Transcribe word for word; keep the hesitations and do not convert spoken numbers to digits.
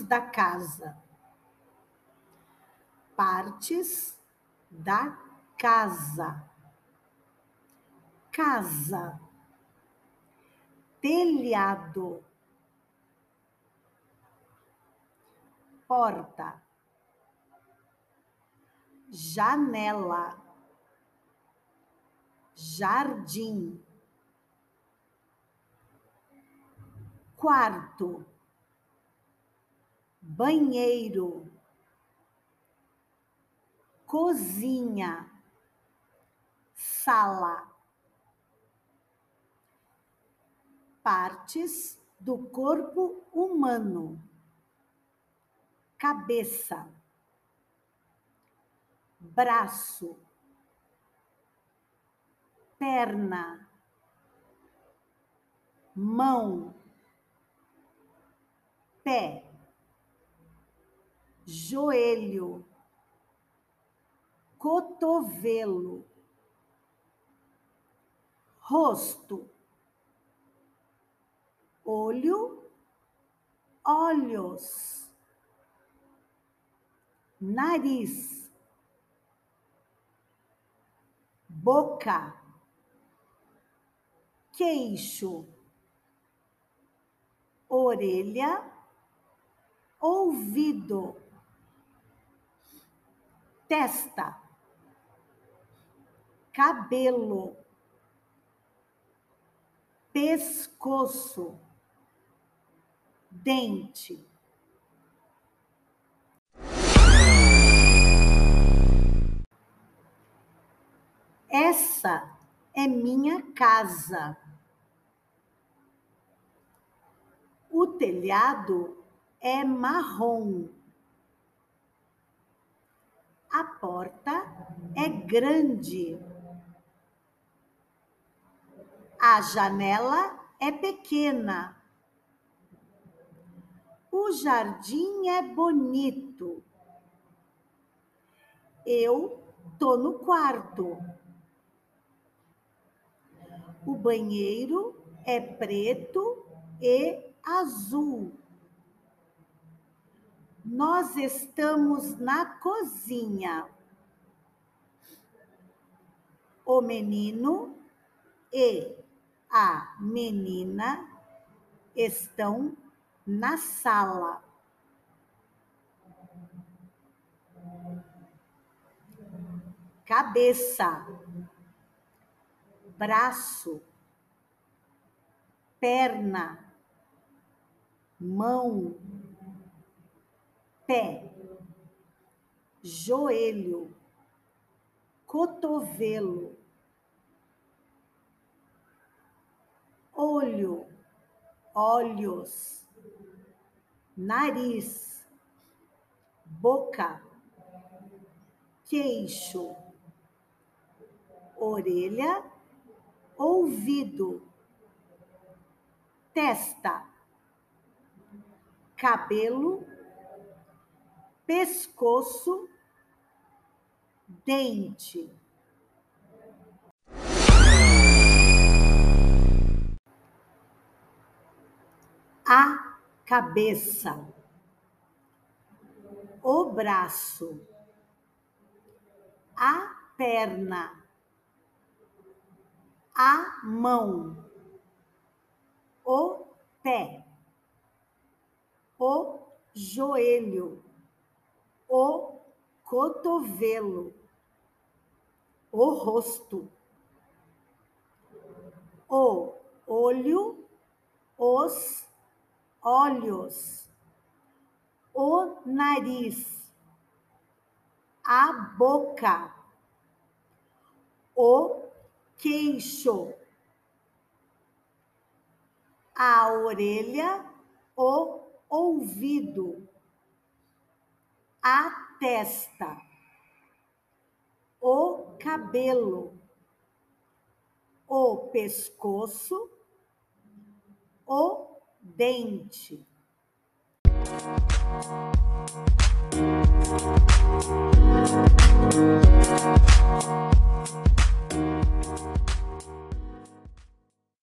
da casa. Partes da casa. Casa. Telhado. Porta. Janela. Jardim. Quarto. Banheiro. Cozinha. Sala. Partes do corpo humano. Cabeça. Braço. Perna. Mão. Pé. Joelho. Cotovelo. Rosto. Olho. Olhos. Nariz. Boca. Queixo. Orelha. Ouvido. Testa. Cabelo. Pescoço. Dente. Essa é minha casa. O telhado é marrom. A porta é grande. A janela é pequena. O jardim é bonito. Eu tô no quarto. O banheiro é preto e azul. Nós estamos na cozinha. O menino e a menina estão na sala. Cabeça, braço, perna, mão, pé, joelho, cotovelo, olho, olhos, nariz, boca, queixo, orelha, ouvido, testa, cabelo, pescoço, dente. A cabeça, o braço, a perna, a mão, o pé, o joelho, o cotovelo, o rosto, o olho, os olhos, o nariz, a boca, o queixo, a orelha, o ouvido, a testa, o cabelo, o pescoço, o dente.